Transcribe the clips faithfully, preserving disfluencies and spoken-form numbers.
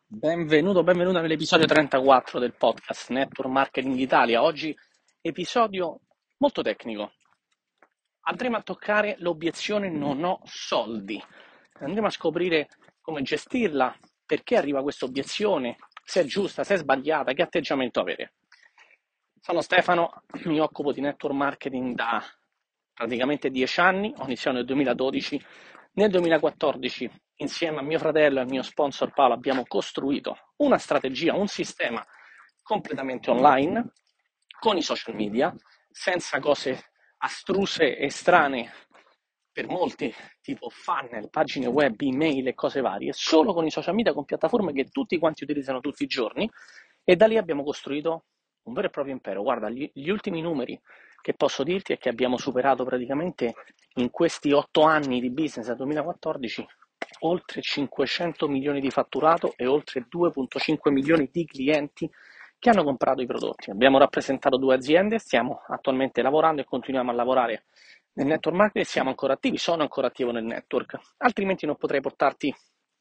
Benvenuto, benvenuto nell'episodio trentaquattro del podcast Network Marketing Italia. Oggi episodio molto tecnico. Andremo a toccare l'obiezione non ho soldi. Andremo a scoprire come gestirla, perché arriva questa obiezione, se è giusta, se è sbagliata, che atteggiamento avere. Sono Stefano, mi occupo di network marketing da praticamente dieci anni, ho iniziato nel duemiladodici. Nel duemilaquattordici, insieme a mio fratello e al mio sponsor Paolo, abbiamo costruito una strategia, un sistema completamente online, con i social media, senza cose astruse e strane per molti, tipo funnel, pagine web, email e cose varie, solo con i social media, con piattaforme che tutti quanti utilizzano tutti i giorni, e da lì abbiamo costruito un vero e proprio impero. Guarda, gli, gli ultimi numeri che posso dirti è che abbiamo superato praticamente in questi otto anni di business dal duemilaquattordici oltre cinquecento milioni di fatturato e oltre due virgola cinque milioni di clienti che hanno comprato i prodotti. Abbiamo rappresentato due aziende, stiamo attualmente lavorando e continuiamo a lavorare nel network marketing, siamo ancora attivi, sono ancora attivo nel network, altrimenti non potrei portarti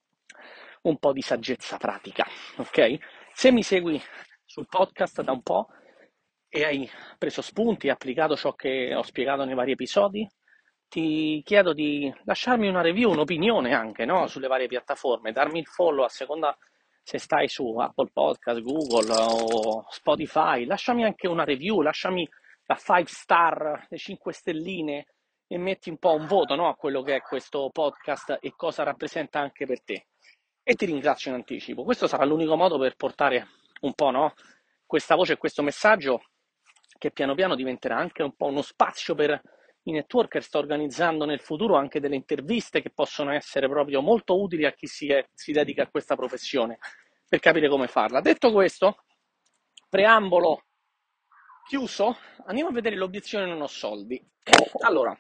un po' di saggezza pratica, ok? Se mi segui sul podcast da un po' e hai preso spunti e applicato ciò che ho spiegato nei vari episodi, ti chiedo di lasciarmi una review, un'opinione anche, no? Sulle varie piattaforme, darmi il follow a seconda se stai su Apple Podcast, Google o Spotify, lasciami anche una review, lasciami la five star, le cinque stelline e metti un po' un voto, no? A quello che è questo podcast e cosa rappresenta anche per te. E ti ringrazio in anticipo. Questo sarà l'unico modo per portare un po', no? Questa voce e questo messaggio che piano piano diventerà anche un po' uno spazio per i networker. Sto organizzando nel futuro anche delle interviste che possono essere proprio molto utili a chi si, è, si dedica a questa professione per capire come farla. Detto questo, preambolo chiuso, andiamo a vedere l'obiezione non ho soldi. Allora,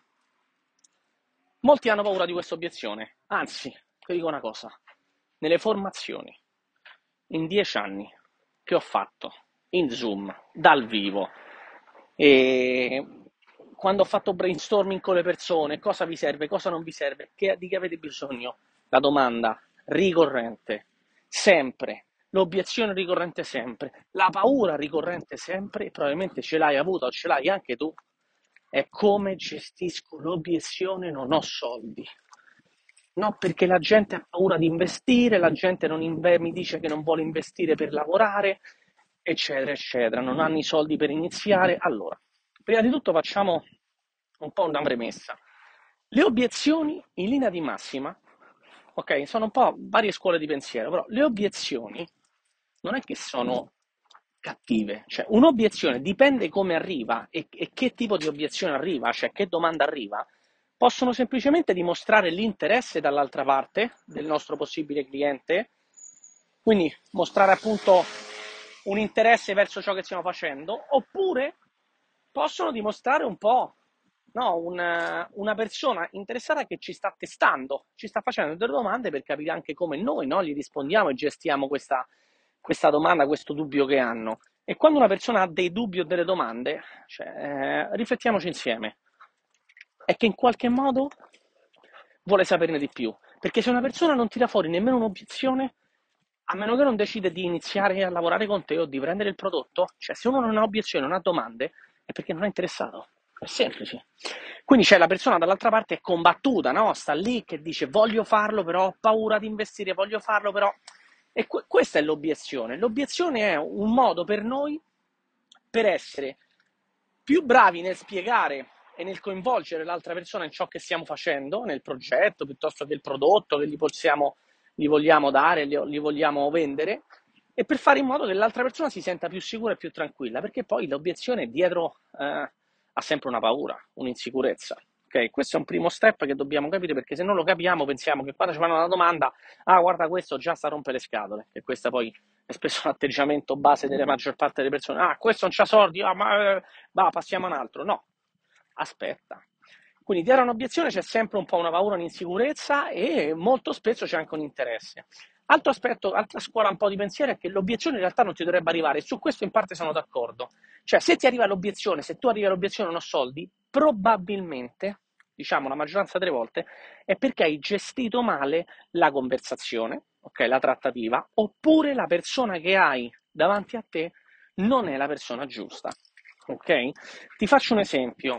molti hanno paura di questa obiezione, anzi, ti dico una cosa, nelle formazioni, in dieci anni che ho fatto in Zoom, dal vivo, e quando ho fatto brainstorming con le persone, cosa vi serve, cosa non vi serve, che, di che avete bisogno, la domanda ricorrente, sempre, l'obiezione ricorrente sempre, la paura ricorrente sempre, e probabilmente ce l'hai avuta o ce l'hai anche tu, è come gestisco l'obiezione non ho soldi. No, perché la gente ha paura di investire, la gente non inve- mi dice che non vuole investire per lavorare, eccetera, eccetera, non hanno i soldi per iniziare. Allora, prima di tutto facciamo un po' una premessa. Le obiezioni in linea di massima, ok, sono un po' varie scuole di pensiero, però le obiezioni non è che sono cattive, cioè un'obiezione dipende come arriva e, e che tipo di obiezione arriva, cioè che domanda arriva, possono semplicemente dimostrare l'interesse dall'altra parte del nostro possibile cliente, quindi mostrare appunto un interesse verso ciò che stiamo facendo, oppure possono dimostrare un po', no, una, una persona interessata che ci sta testando, ci sta facendo delle domande per capire anche come noi, no, gli rispondiamo e gestiamo questa, questa domanda, questo dubbio che hanno. E quando una persona ha dei dubbi o delle domande, cioè, eh, riflettiamoci insieme, è che in qualche modo vuole saperne di più. Perché se una persona non tira fuori nemmeno un'obiezione, a meno che non decide di iniziare a lavorare con te o di prendere il prodotto, cioè se uno non ha obiezioni, non ha domande, è perché non è interessato. È semplice. Quindi c'è la persona dall'altra parte è combattuta, no? Sta lì che dice voglio farlo, però ho paura di investire, voglio farlo, però... E que- questa è l'obiezione. L'obiezione è un modo per noi per essere più bravi nel spiegare e nel coinvolgere l'altra persona in ciò che stiamo facendo, nel progetto, piuttosto che il prodotto che gli, possiamo, gli vogliamo dare, gli, gli vogliamo vendere, e per fare in modo che l'altra persona si senta più sicura e più tranquilla, perché poi l'obiezione dietro eh, ha sempre una paura, un'insicurezza. Okay? Questo è un primo step che dobbiamo capire, perché se non lo capiamo pensiamo che quando ci fanno una domanda, ah guarda questo già sta a rompere le scatole, e questa poi è spesso un atteggiamento base delle maggior parte delle persone, ah questo non c'ha soldi, ah, ma eh, va, passiamo a un altro. No, aspetta. Quindi dietro a un'obiezione c'è sempre un po' una paura, un'insicurezza e molto spesso c'è anche un interesse. Altro aspetto, altra scuola un po' di pensiero è che l'obiezione in realtà non ti dovrebbe arrivare, e su questo in parte sono d'accordo. Cioè, se ti arriva l'obiezione, se tu arrivi all'obiezione non ho soldi, probabilmente, diciamo la maggioranza delle volte, è perché hai gestito male la conversazione, ok, la trattativa, oppure la persona che hai davanti a te non è la persona giusta, ok? Ti faccio un esempio.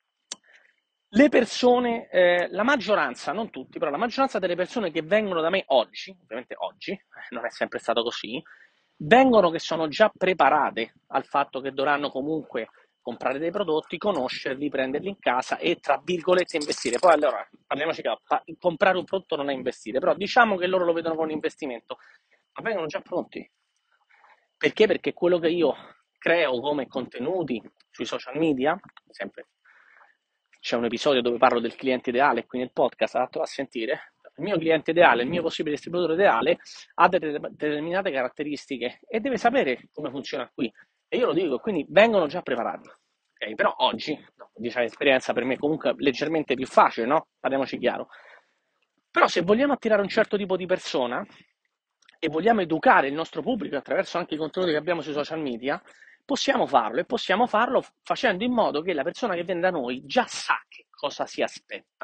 Le persone, eh, la maggioranza, non tutti, però la maggioranza delle persone che vengono da me oggi, ovviamente oggi, eh, non è sempre stato così, vengono che sono già preparate al fatto che dovranno comunque comprare dei prodotti, conoscerli, prenderli in casa e tra virgolette investire. Poi allora, parliamoci chiaro, pa- comprare un prodotto non è investire, però diciamo che loro lo vedono come un investimento, ma vengono già pronti. Perché? Perché quello che io creo come contenuti sui social media, sempre c'è un episodio dove parlo del cliente ideale, qui nel podcast, andatelo a sentire. Il mio cliente ideale, il mio possibile distributore ideale, ha delle determinate caratteristiche e deve sapere come funziona qui. E io lo dico, quindi vengono già preparati. Okay? Però oggi, dopo dieci anni di esperienza, per me comunque leggermente più facile, no? Parliamoci chiaro. Però se vogliamo attirare un certo tipo di persona e vogliamo educare il nostro pubblico attraverso anche i contenuti che abbiamo sui social media, possiamo farlo e possiamo farlo facendo in modo che la persona che viene da noi già sa che cosa si aspetta.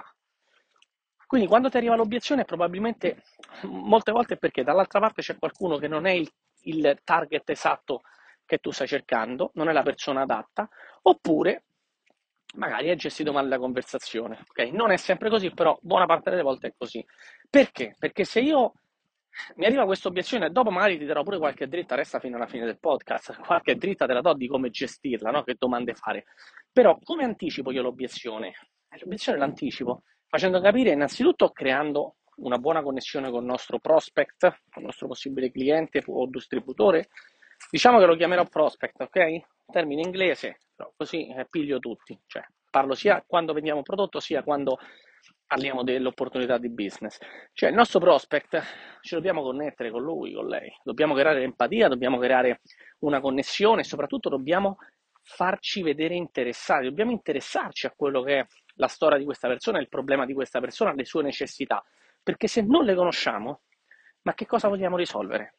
Quindi quando ti arriva l'obiezione probabilmente molte volte è perché dall'altra parte c'è qualcuno che non è il, il target esatto che tu stai cercando, non è la persona adatta, oppure magari hai gestito male la conversazione. Okay? Non è sempre così, però buona parte delle volte è così. Perché? Perché se io mi arriva questa obiezione, dopo magari ti darò pure qualche dritta, resta fino alla fine del podcast, qualche dritta te la do di come gestirla, no? Che domande fare. Però come anticipo io l'obiezione? Eh, L'obiezione l'anticipo facendo capire innanzitutto creando una buona connessione con il nostro prospect, con il nostro possibile cliente o distributore. Diciamo che lo chiamerò prospect, ok? Termine inglese, però così eh, piglio tutti. Cioè, parlo sia quando vendiamo un prodotto, sia quando parliamo dell'opportunità di business. Cioè, il nostro prospect ci dobbiamo connettere con lui, con lei. Dobbiamo creare empatia, dobbiamo creare una connessione e soprattutto dobbiamo farci vedere interessati, dobbiamo interessarci a quello che è la storia di questa persona, il problema di questa persona, le sue necessità, perché se non le conosciamo, ma che cosa vogliamo risolvere?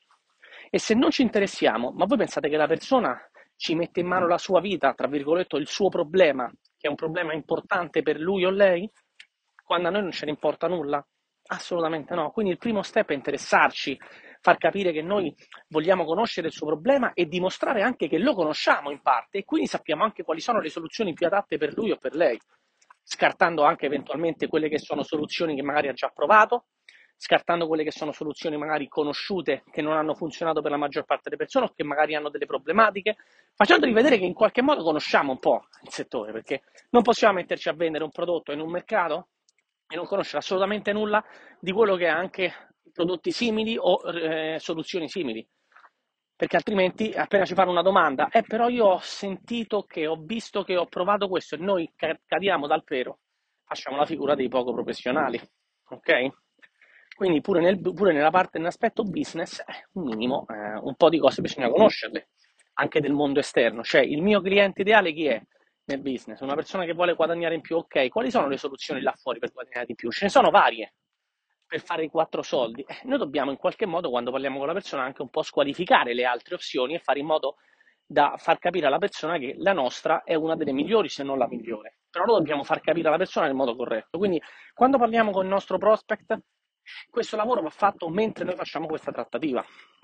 E se non ci interessiamo, ma voi pensate che la persona ci mette in mano la sua vita, tra virgolette, il suo problema, che è un problema importante per lui o lei, quando a noi non ce ne importa nulla? Assolutamente no. Quindi il primo step è interessarci, far capire che noi vogliamo conoscere il suo problema e dimostrare anche che lo conosciamo in parte e quindi sappiamo anche quali sono le soluzioni più adatte per lui o per lei, scartando anche eventualmente quelle che sono soluzioni che magari ha già provato, scartando quelle che sono soluzioni magari conosciute che non hanno funzionato per la maggior parte delle persone o che magari hanno delle problematiche, facendogli vedere che in qualche modo conosciamo un po' il settore, perché non possiamo metterci a vendere un prodotto in un mercato e non conoscere assolutamente nulla di quello che è anche prodotti simili o eh, soluzioni simili. Perché altrimenti appena ci fanno una domanda, eh però io ho sentito che, ho visto che, ho provato questo e noi cadiamo dal pero, facciamo la figura dei poco professionali, ok? Quindi pure, nel, pure nella parte, nell'aspetto business, eh, un minimo, eh, un po' di cose bisogna conoscerle, anche del mondo esterno. Cioè, il mio cliente ideale chi è nel business? Una persona che vuole guadagnare in più, ok, quali sono le soluzioni là fuori per guadagnare di più? Ce ne sono varie per fare i quattro soldi. Eh, noi dobbiamo in qualche modo, quando parliamo con la persona, anche un po' squalificare le altre opzioni e fare in modo da far capire alla persona che la nostra è una delle migliori, se non la migliore. Però lo dobbiamo far capire alla persona nel modo corretto. Quindi, quando parliamo con il nostro prospect, questo lavoro va fatto mentre noi facciamo questa trattativa.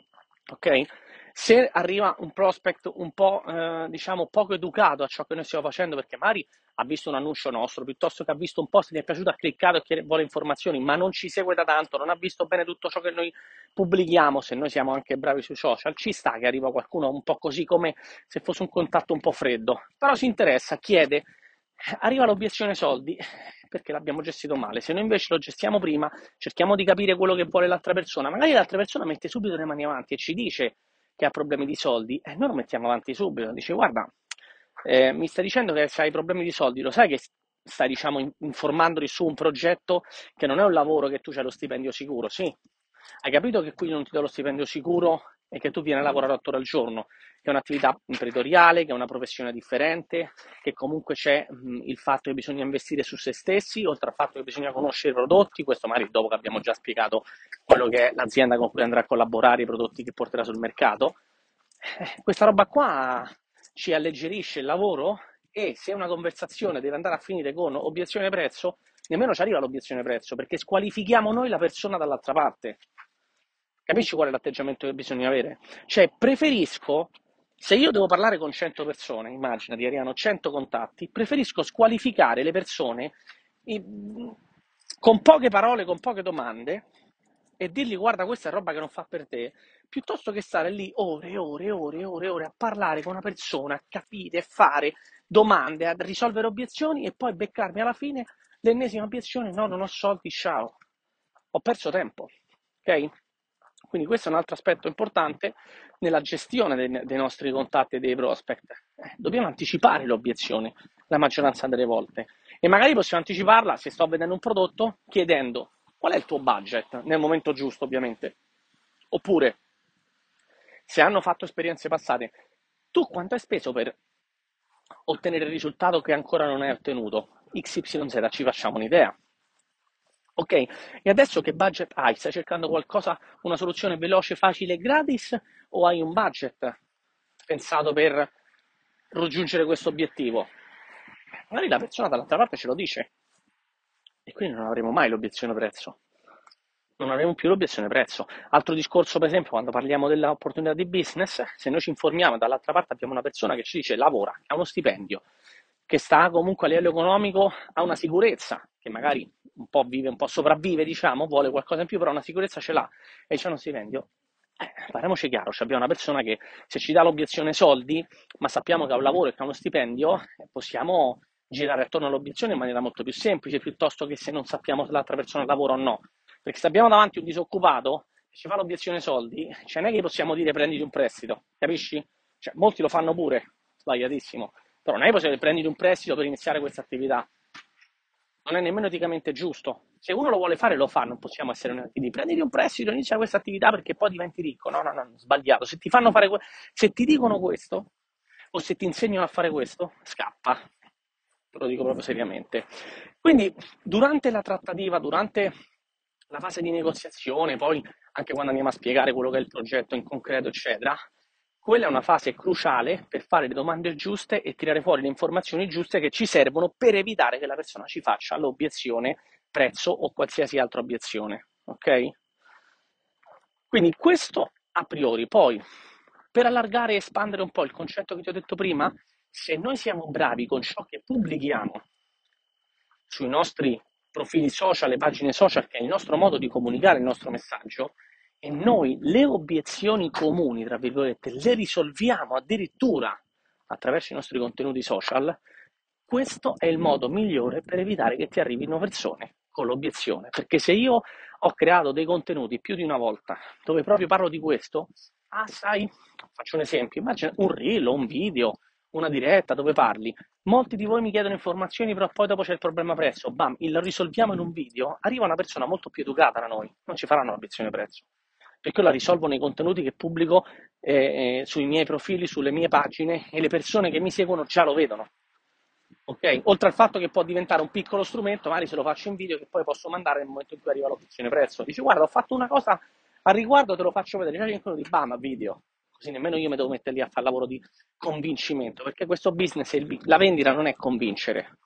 Ok? Se arriva un prospect un po', eh, diciamo, poco educato a ciò che noi stiamo facendo, perché magari ha visto un annuncio nostro, piuttosto che ha visto un post, gli è piaciuto, ha cliccato e vuole informazioni, ma non ci segue da tanto, non ha visto bene tutto ciò che noi pubblichiamo, se noi siamo anche bravi sui social, ci sta che arriva qualcuno un po' così come se fosse un contatto un po' freddo, però si interessa, chiede, arriva l'obiezione soldi, perché l'abbiamo gestito male. Se noi invece lo gestiamo prima, cerchiamo di capire quello che vuole l'altra persona, magari l'altra persona mette subito le mani avanti e ci dice che ha problemi di soldi, e noi lo mettiamo avanti subito, dice guarda, eh, mi stai dicendo che se hai problemi di soldi, lo sai che stai diciamo informandoli su un progetto che non è un lavoro che tu c'hai lo stipendio sicuro, sì, hai capito che qui non ti do lo stipendio sicuro e che tu vieni a lavorare otto ore al giorno, che è un'attività imprenditoriale, che è una professione differente, che comunque c'è mh, il fatto che bisogna investire su se stessi, oltre al fatto che bisogna conoscere i prodotti, questo magari dopo che abbiamo già spiegato quello che è l'azienda con cui andrà a collaborare, i prodotti che porterà sul mercato. Eh, questa roba qua ci alleggerisce il lavoro e se una conversazione deve andare a finire con obiezione prezzo, nemmeno ci arriva l'obiezione prezzo perché squalifichiamo noi la persona dall'altra parte. Capisci qual è l'atteggiamento che bisogna avere? Cioè, preferisco, se io devo parlare con cento persone, immaginati, arrivano cento contatti, preferisco squalificare le persone i- con poche parole, con poche domande e dirgli guarda, questa è roba che non fa per te, piuttosto che stare lì ore e ore e ore e ore e ore a parlare con una persona, a capire, a fare domande, a risolvere obiezioni e poi beccarmi alla fine l'ennesima obiezione, no, non ho soldi, ciao. Ho perso tempo, ok? Quindi questo è un altro aspetto importante nella gestione dei, dei nostri contatti e dei prospect. Eh, dobbiamo anticipare l'obiezione la maggioranza delle volte e magari possiamo anticiparla se sto vendendo un prodotto chiedendo qual è il tuo budget nel momento giusto, ovviamente. Oppure, se hanno fatto esperienze passate, tu quanto hai speso per ottenere il risultato che ancora non hai ottenuto? X Y Z, ci facciamo un'idea. Ok, e adesso che budget hai? Stai cercando qualcosa, una soluzione veloce, facile e gratis o hai un budget pensato per raggiungere questo obiettivo? Magari la persona dall'altra parte ce lo dice e quindi non avremo mai l'obiezione prezzo. Non avremo più l'obiezione prezzo. Altro discorso, per esempio, quando parliamo dell'opportunità di business, se noi ci informiamo e dall'altra parte abbiamo una persona che ci dice lavora, ha uno stipendio, che sta comunque a livello economico, ha una sicurezza, che magari un po' vive, un po' sopravvive, diciamo, vuole qualcosa in più, però una sicurezza ce l'ha e c'è uno stipendio. Eh, parliamoci chiaro, cioè abbiamo una persona che se ci dà l'obiezione soldi, ma sappiamo che ha un lavoro e che ha uno stipendio, eh, possiamo girare attorno all'obiezione in maniera molto più semplice, piuttosto che se non sappiamo se l'altra persona lavora o no. Perché se abbiamo davanti un disoccupato e ci fa l'obiezione soldi, cioè non è che possiamo dire prenditi un prestito, capisci? Cioè, molti lo fanno pure, sbagliatissimo, però non è che possiamo dire prenditi un prestito per iniziare questa attività. Non è nemmeno eticamente giusto. Se uno lo vuole fare, lo fa, non possiamo essere onesti di prenditi un prestito, inizia questa attività perché poi diventi ricco. No, no, no, sbagliato. Se ti fanno fare que- se ti dicono questo, o se ti insegnano a fare questo, scappa. Te lo dico proprio seriamente. Quindi, durante la trattativa, durante la fase di negoziazione, poi anche quando andiamo a spiegare quello che è il progetto in concreto, eccetera, quella è una fase cruciale per fare le domande giuste e tirare fuori le informazioni giuste che ci servono per evitare che la persona ci faccia l'obiezione prezzo o qualsiasi altra obiezione. Ok? Quindi questo a priori. Poi, per allargare e espandere un po' il concetto che ti ho detto prima, se noi siamo bravi con ciò che pubblichiamo sui nostri profili social e pagine social, che è il nostro modo di comunicare il nostro messaggio, e noi le obiezioni comuni, tra virgolette, le risolviamo addirittura attraverso i nostri contenuti social, questo è il modo migliore per evitare che ti arrivino persone con l'obiezione. Perché se io ho creato dei contenuti più di una volta dove proprio parlo di questo, ah sai, faccio un esempio, immagina un reel, un video, una diretta dove parli. Molti di voi mi chiedono informazioni, però poi dopo c'è il problema prezzo. Bam, lo risolviamo in un video. Arriva una persona molto più educata da noi, non ci faranno l'obiezione prezzo. Perché io la risolvo nei contenuti che pubblico eh, eh, sui miei profili, sulle mie pagine e le persone che mi seguono già lo vedono. Ok? Oltre al fatto che può diventare un piccolo strumento, magari se lo faccio in video che poi posso mandare nel momento in cui arriva l'opzione prezzo. Dici guarda, ho fatto una cosa al riguardo, te lo faccio vedere, già cinque minuti, bam, video. Così nemmeno io mi devo mettere lì a fare il lavoro di convincimento, perché questo business, la vendita non è convincere.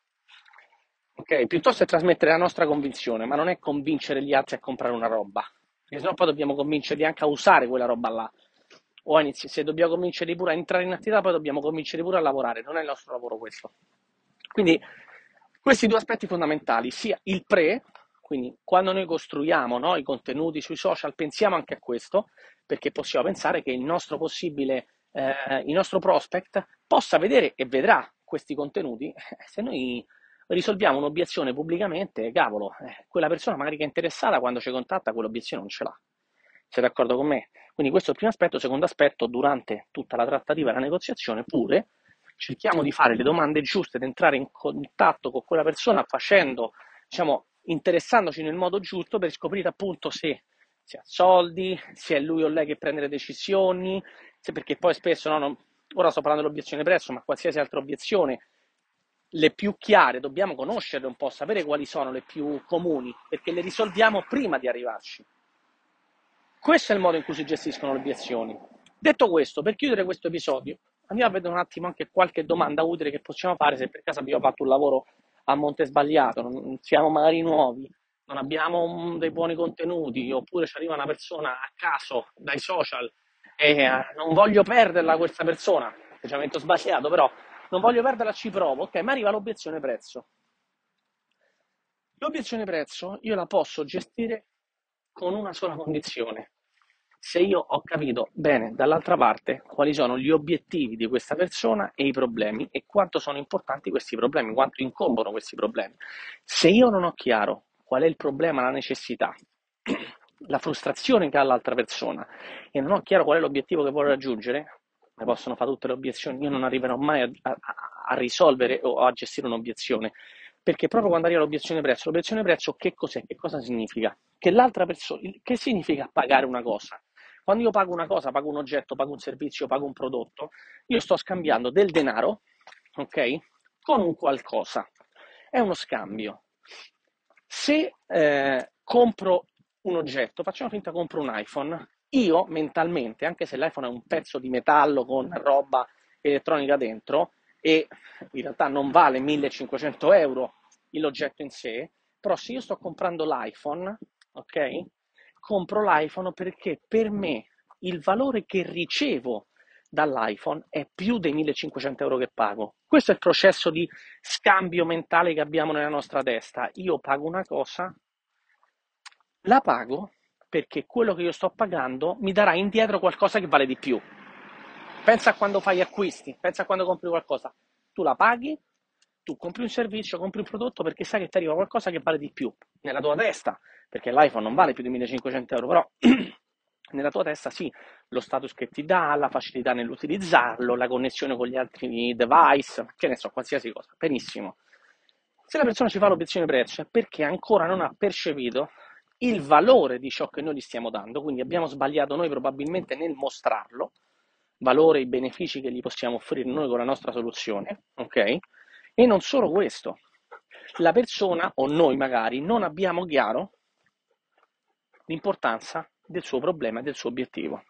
Ok? Piuttosto è trasmettere la nostra convinzione, ma non è convincere gli altri a comprare una roba. Perché sennò poi dobbiamo convincerli anche a usare quella roba là. O inizi, se dobbiamo convincerli pure a entrare in attività, poi dobbiamo convincerli pure a lavorare. Non è il nostro lavoro questo. Quindi questi due aspetti fondamentali, sia il pre, quindi quando noi costruiamo, no, i contenuti sui social, pensiamo anche a questo, perché possiamo pensare che il nostro possibile, eh, il nostro prospect possa vedere e vedrà questi contenuti. Se noi risolviamo un'obiezione pubblicamente, cavolo, eh, quella persona magari che è interessata quando ci contatta quell'obiezione non ce l'ha. Sei d'accordo con me? Quindi questo è il primo aspetto. Secondo aspetto, durante tutta la trattativa e la negoziazione pure cerchiamo di fare le domande giuste, di entrare in contatto con quella persona facendo, diciamo, interessandoci nel modo giusto per scoprire appunto se, se ha soldi, se è lui o lei che prende le decisioni, se perché poi spesso, no, non, ora sto parlando dell'obiezione prezzo, ma qualsiasi altra obiezione, le più chiare, dobbiamo conoscerle un po', sapere quali sono le più comuni, perché le risolviamo prima di arrivarci. Questo è il modo in cui si gestiscono le obiezioni. Detto questo, per chiudere questo episodio, andiamo a vedere un attimo anche qualche domanda utile che possiamo fare se per caso abbiamo fatto un lavoro a monte sbagliato, non siamo magari nuovi, non abbiamo un- dei buoni contenuti, oppure ci arriva una persona a caso dai social e eh, non voglio perderla questa persona, atteggiamento sbagliato, però non voglio perderla, ci provo, ok, ma arriva l'obiezione prezzo. L'obiezione prezzo io la posso gestire con una sola condizione. Se io ho capito bene dall'altra parte quali sono gli obiettivi di questa persona e i problemi e quanto sono importanti questi problemi, quanto incombono questi problemi. Se io non ho chiaro qual è il problema, la necessità, la frustrazione che ha l'altra persona e non ho chiaro qual è l'obiettivo che vuole raggiungere, mi possono fare tutte le obiezioni, io non arriverò mai a, a, a risolvere o a gestire un'obiezione. Perché proprio quando arriva l'obiezione prezzo, l'obiezione prezzo che cos'è? Che cosa significa? Che l'altra persona, che significa pagare una cosa? Quando io pago una cosa, pago un oggetto, pago un servizio, pago un prodotto, io sto scambiando del denaro, ok? Con un qualcosa. È uno scambio. Se eh, compro un oggetto, facciamo finta che compro un iPhone, io mentalmente, anche se l'iPhone è un pezzo di metallo con roba elettronica dentro, e in realtà non vale millecinquecento euro l'oggetto in sé, però se io sto comprando l'iPhone, ok? Compro l'iPhone perché per me il valore che ricevo dall'iPhone è più dei millecinquecento euro che pago. Questo è il processo di scambio mentale che abbiamo nella nostra testa. Io pago una cosa, la pago perché quello che io sto pagando mi darà indietro qualcosa che vale di più. Pensa a quando fai acquisti, pensa a quando compri qualcosa. Tu la paghi, tu compri un servizio, compri un prodotto perché sai che ti arriva qualcosa che vale di più nella tua testa, perché l'iPhone non vale più di millecinquecento euro, però nella tua testa sì, lo status che ti dà, la facilità nell'utilizzarlo, la connessione con gli altri device, che ne so, qualsiasi cosa. Benissimo. Se la persona ci fa l'obiezione prezzo è perché ancora non ha percepito il valore di ciò che noi gli stiamo dando, quindi abbiamo sbagliato noi probabilmente nel mostrarlo, valore e i benefici che gli possiamo offrire noi con la nostra soluzione, ok? E non solo questo, la persona o noi magari non abbiamo chiaro l'importanza del suo problema e del suo obiettivo.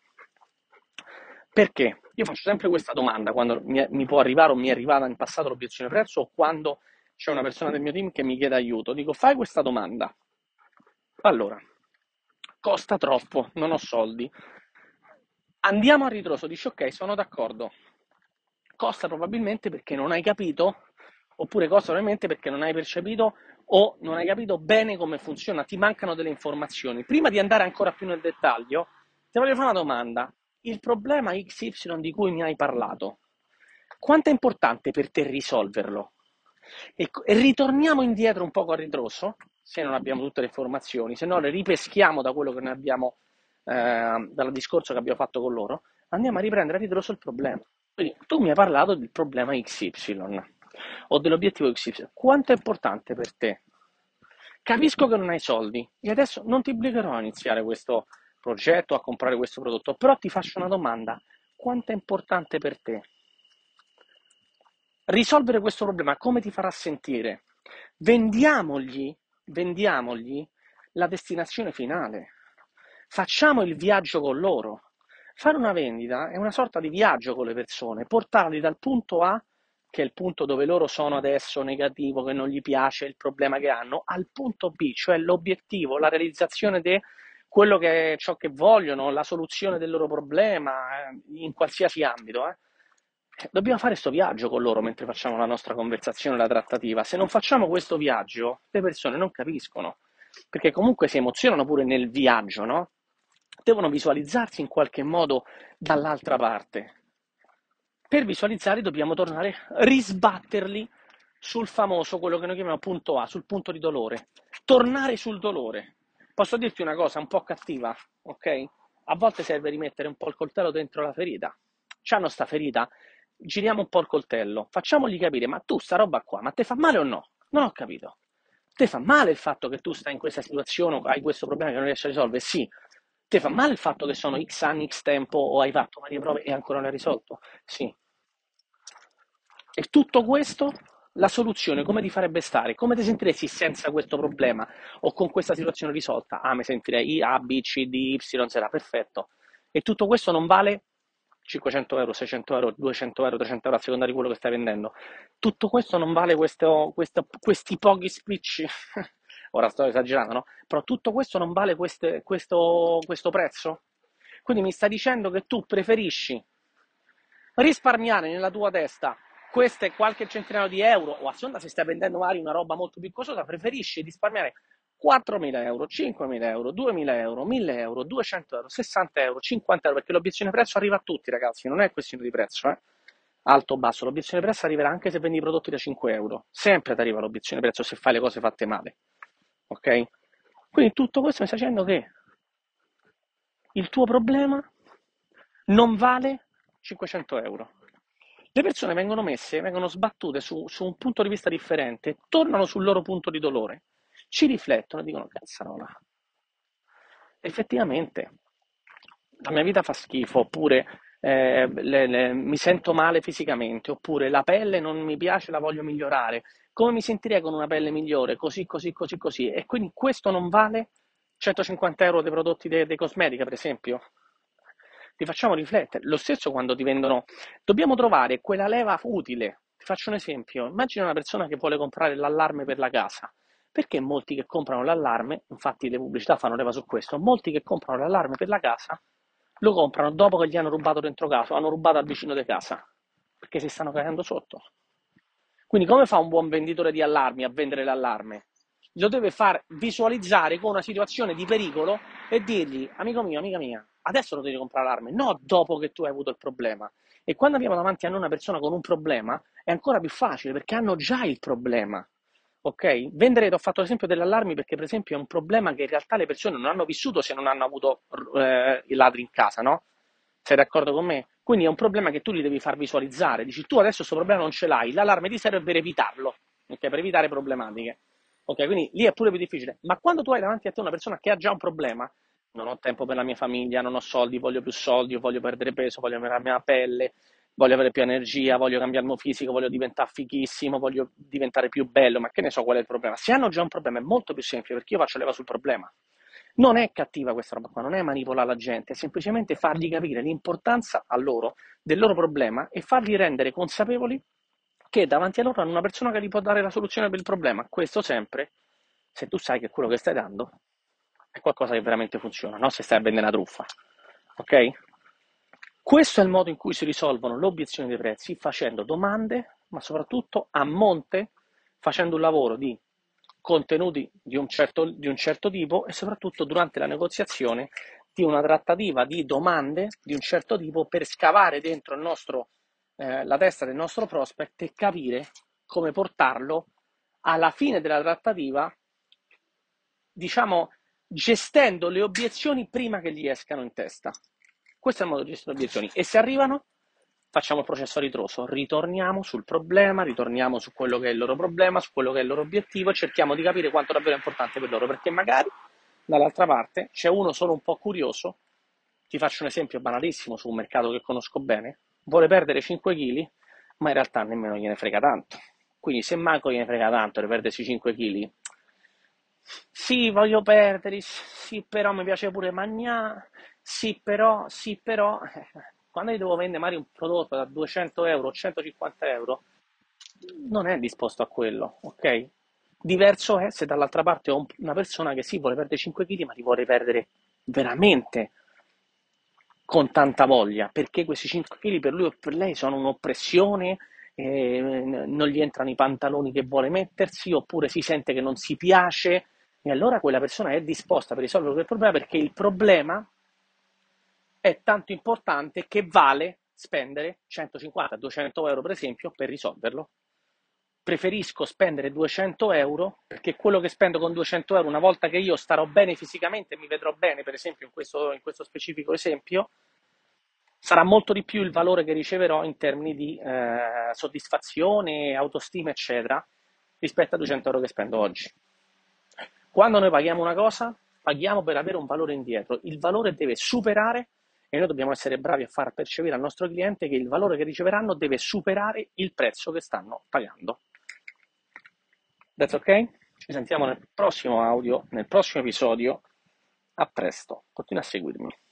Perché? Io faccio sempre questa domanda quando mi, mi può arrivare o mi è arrivata in passato l'obiezione prezzo o quando c'è una persona del mio team che mi chiede aiuto. Dico, fai questa domanda. Allora, costa troppo, non ho soldi. Andiamo a ritroso, dici ok, sono d'accordo. Costa probabilmente perché non hai capito, oppure costa probabilmente perché non hai percepito o non hai capito bene come funziona, ti mancano delle informazioni. Prima di andare ancora più nel dettaglio, ti voglio fare una domanda. Il problema X Y di cui mi hai parlato, quanto è importante per te risolverlo? E, e ritorniamo indietro un poco a ritroso, se non abbiamo tutte le informazioni, se no le ripeschiamo da quello che ne abbiamo, eh, dal discorso che abbiamo fatto con loro, andiamo a riprendere a ritroso il problema. Quindi tu mi hai parlato del problema X Y o dell'obiettivo X Y. Quanto è importante per te? Capisco che non hai soldi e adesso non ti obbligherò a iniziare questo progetto, a comprare questo prodotto, però ti faccio una domanda. Quanto è importante per te? Risolvere questo problema come ti farà sentire? Vendiamogli, vendiamogli la destinazione finale. Facciamo il viaggio con loro. Fare una vendita è una sorta di viaggio con le persone, portarli dal punto A, che è il punto dove loro sono adesso, negativo, che non gli piace, il problema che hanno, al punto B, cioè l'obiettivo, la realizzazione di quello che è ciò che vogliono, la soluzione del loro problema, eh, in qualsiasi ambito. Eh. Dobbiamo fare questo viaggio con loro mentre facciamo la nostra conversazione, la trattativa. Se non facciamo questo viaggio, le persone non capiscono, perché comunque si emozionano pure nel viaggio, no? Devono visualizzarsi in qualche modo dall'altra parte. Per visualizzare dobbiamo tornare, risbatterli sul famoso, quello che noi chiamiamo punto A, sul punto di dolore. Tornare sul dolore. Posso dirti una cosa un po' cattiva, ok? A volte serve rimettere un po' il coltello dentro la ferita. C'hanno sta ferita? Giriamo un po' il coltello, facciamogli capire, ma tu sta roba qua, ma te fa male o no? Non ho capito. Te fa male il fatto che tu stai in questa situazione o hai questo problema che non riesci a risolvere? Sì. Te fa male il fatto che sono X anni, X tempo o hai fatto varie prove e ancora non l'hai risolto? Sì. E tutto questo, la soluzione, come ti farebbe stare? Come ti sentiresti senza questo problema o con questa situazione risolta? Ah, mi sentirei I, A, B, C, D, Y, Z, perfetto. E tutto questo non vale cinquecento euro, seicento euro, duecento euro, trecento euro a seconda di quello che stai vendendo. Tutto questo non vale questo, questo, questi pochi spicci ora sto esagerando, no? Però tutto questo non vale queste- questo, questo prezzo? Quindi mi stai dicendo che tu preferisci risparmiare nella tua testa queste qualche centinaio di euro, o a seconda se stai vendendo magari una roba molto più costosa, preferisci risparmiare quattromila euro, cinquemila euro, duemila euro, mille euro, duecento euro, sessanta euro, cinquanta euro, perché l'obiezione prezzo arriva a tutti, ragazzi, non è questione di prezzo, eh? Alto o basso, l'obiezione prezzo arriverà anche se vendi i prodotti da cinque euro, sempre ti arriva l'obiezione prezzo se fai le cose fatte male, ok? Quindi tutto questo mi sta dicendo che il tuo problema non vale cinquecento euro. Le persone vengono messe, vengono sbattute su, su un punto di vista differente, tornano sul loro punto di dolore, ci riflettono e dicono, cazzarola, effettivamente la mia vita fa schifo, oppure eh, le- le- mi sento male fisicamente, oppure la pelle non mi piace, la voglio migliorare. Come mi sentirei con una pelle migliore? Così, così, così, così. E quindi questo non vale centocinquanta euro dei prodotti de- dei cosmetica, per esempio? Ti facciamo riflettere. Lo stesso quando ti vendono. Dobbiamo trovare quella leva utile. Ti faccio un esempio. Immagina una persona che vuole comprare l'allarme per la casa. Perché molti che comprano l'allarme, infatti le pubblicità fanno leva su questo, molti che comprano l'allarme per la casa lo comprano dopo che gli hanno rubato dentro casa, hanno rubato al vicino di casa, perché si stanno cagando sotto. Quindi come fa un buon venditore di allarmi a vendere l'allarme? Lo deve far visualizzare con una situazione di pericolo e dirgli, amico mio, amica mia, adesso lo devi comprare l'allarme, no dopo che tu hai avuto il problema. E quando abbiamo davanti a noi una persona con un problema è ancora più facile perché hanno già il problema. Ok? Vendere, ho fatto l'esempio degli allarmi perché per esempio è un problema che in realtà le persone non hanno vissuto se non hanno avuto eh, i ladri in casa, no? Sei d'accordo con me? Quindi è un problema che tu li devi far visualizzare. Dici, tu adesso questo problema non ce l'hai, l'allarme ti serve per evitarlo, ok? Per evitare problematiche. Ok, quindi lì è pure più difficile. Ma quando tu hai davanti a te una persona che ha già un problema, non ho tempo per la mia famiglia, non ho soldi, voglio più soldi, voglio perdere peso, voglio avere la mia pelle, voglio avere più energia, voglio cambiare il mio fisico, voglio diventare fighissimo, voglio diventare più bello, ma che ne so qual è il problema? Se hanno già un problema è molto più semplice perché io faccio leva sul problema. Non è cattiva questa roba qua, non è manipolare la gente, è semplicemente fargli capire l'importanza a loro del loro problema e farli rendere consapevoli che davanti a loro hanno una persona che gli può dare la soluzione per il problema. Questo sempre se tu sai che quello che stai dando è qualcosa che veramente funziona, non se stai a vendere una truffa. Ok? Questo è il modo in cui si risolvono le obiezioni dei prezzi, facendo domande, ma soprattutto a monte, facendo un lavoro di contenuti di un certo, di un certo tipo e soprattutto durante la negoziazione di una trattativa di domande di un certo tipo per scavare dentro il nostro, eh, la testa del nostro prospect e capire come portarlo alla fine della trattativa, diciamo, gestendo le obiezioni prima che gli escano in testa. Questo è il modo di gestire le obiezioni. E se arrivano, facciamo il processo a ritroso, ritorniamo sul problema, ritorniamo su quello che è il loro problema, su quello che è il loro obiettivo e cerchiamo di capire quanto davvero è importante per loro, perché magari dall'altra parte c'è uno solo un po' curioso, ti faccio un esempio banalissimo su un mercato che conosco bene, vuole perdere cinque chili, ma in realtà nemmeno gliene frega tanto. Quindi se manco gliene frega tanto di perdersi cinque chili, sì, voglio perdere, sì, però mi piace pure mangiare, sì, però, sì, però, eh, quando io devo vendere magari un prodotto da duecento euro o centocinquanta euro, non è disposto a quello, ok? Diverso è se dall'altra parte ho un- una persona che sì, vuole perdere cinque chili, ma li vuole perdere veramente con tanta voglia, perché questi cinque chili per lui o per lei sono un'oppressione, eh, non gli entrano i pantaloni che vuole mettersi, oppure si sente che non si piace, e allora quella persona è disposta per risolvere quel problema perché il problema è tanto importante che vale spendere centocinquanta duecento euro per esempio per risolverlo. Preferisco spendere duecento euro perché quello che spendo con duecento euro una volta che io starò bene fisicamente e mi vedrò bene, per esempio in questo, in questo specifico esempio, sarà molto di più il valore che riceverò in termini di eh, soddisfazione, autostima, eccetera, rispetto a duecento euro che spendo oggi. Quando noi paghiamo una cosa, paghiamo per avere un valore indietro. Il valore deve superare, e noi dobbiamo essere bravi a far percepire al nostro cliente che il valore che riceveranno deve superare il prezzo che stanno pagando. That's ok? Ci sentiamo nel prossimo audio, nel prossimo episodio. A presto, continua a seguirmi.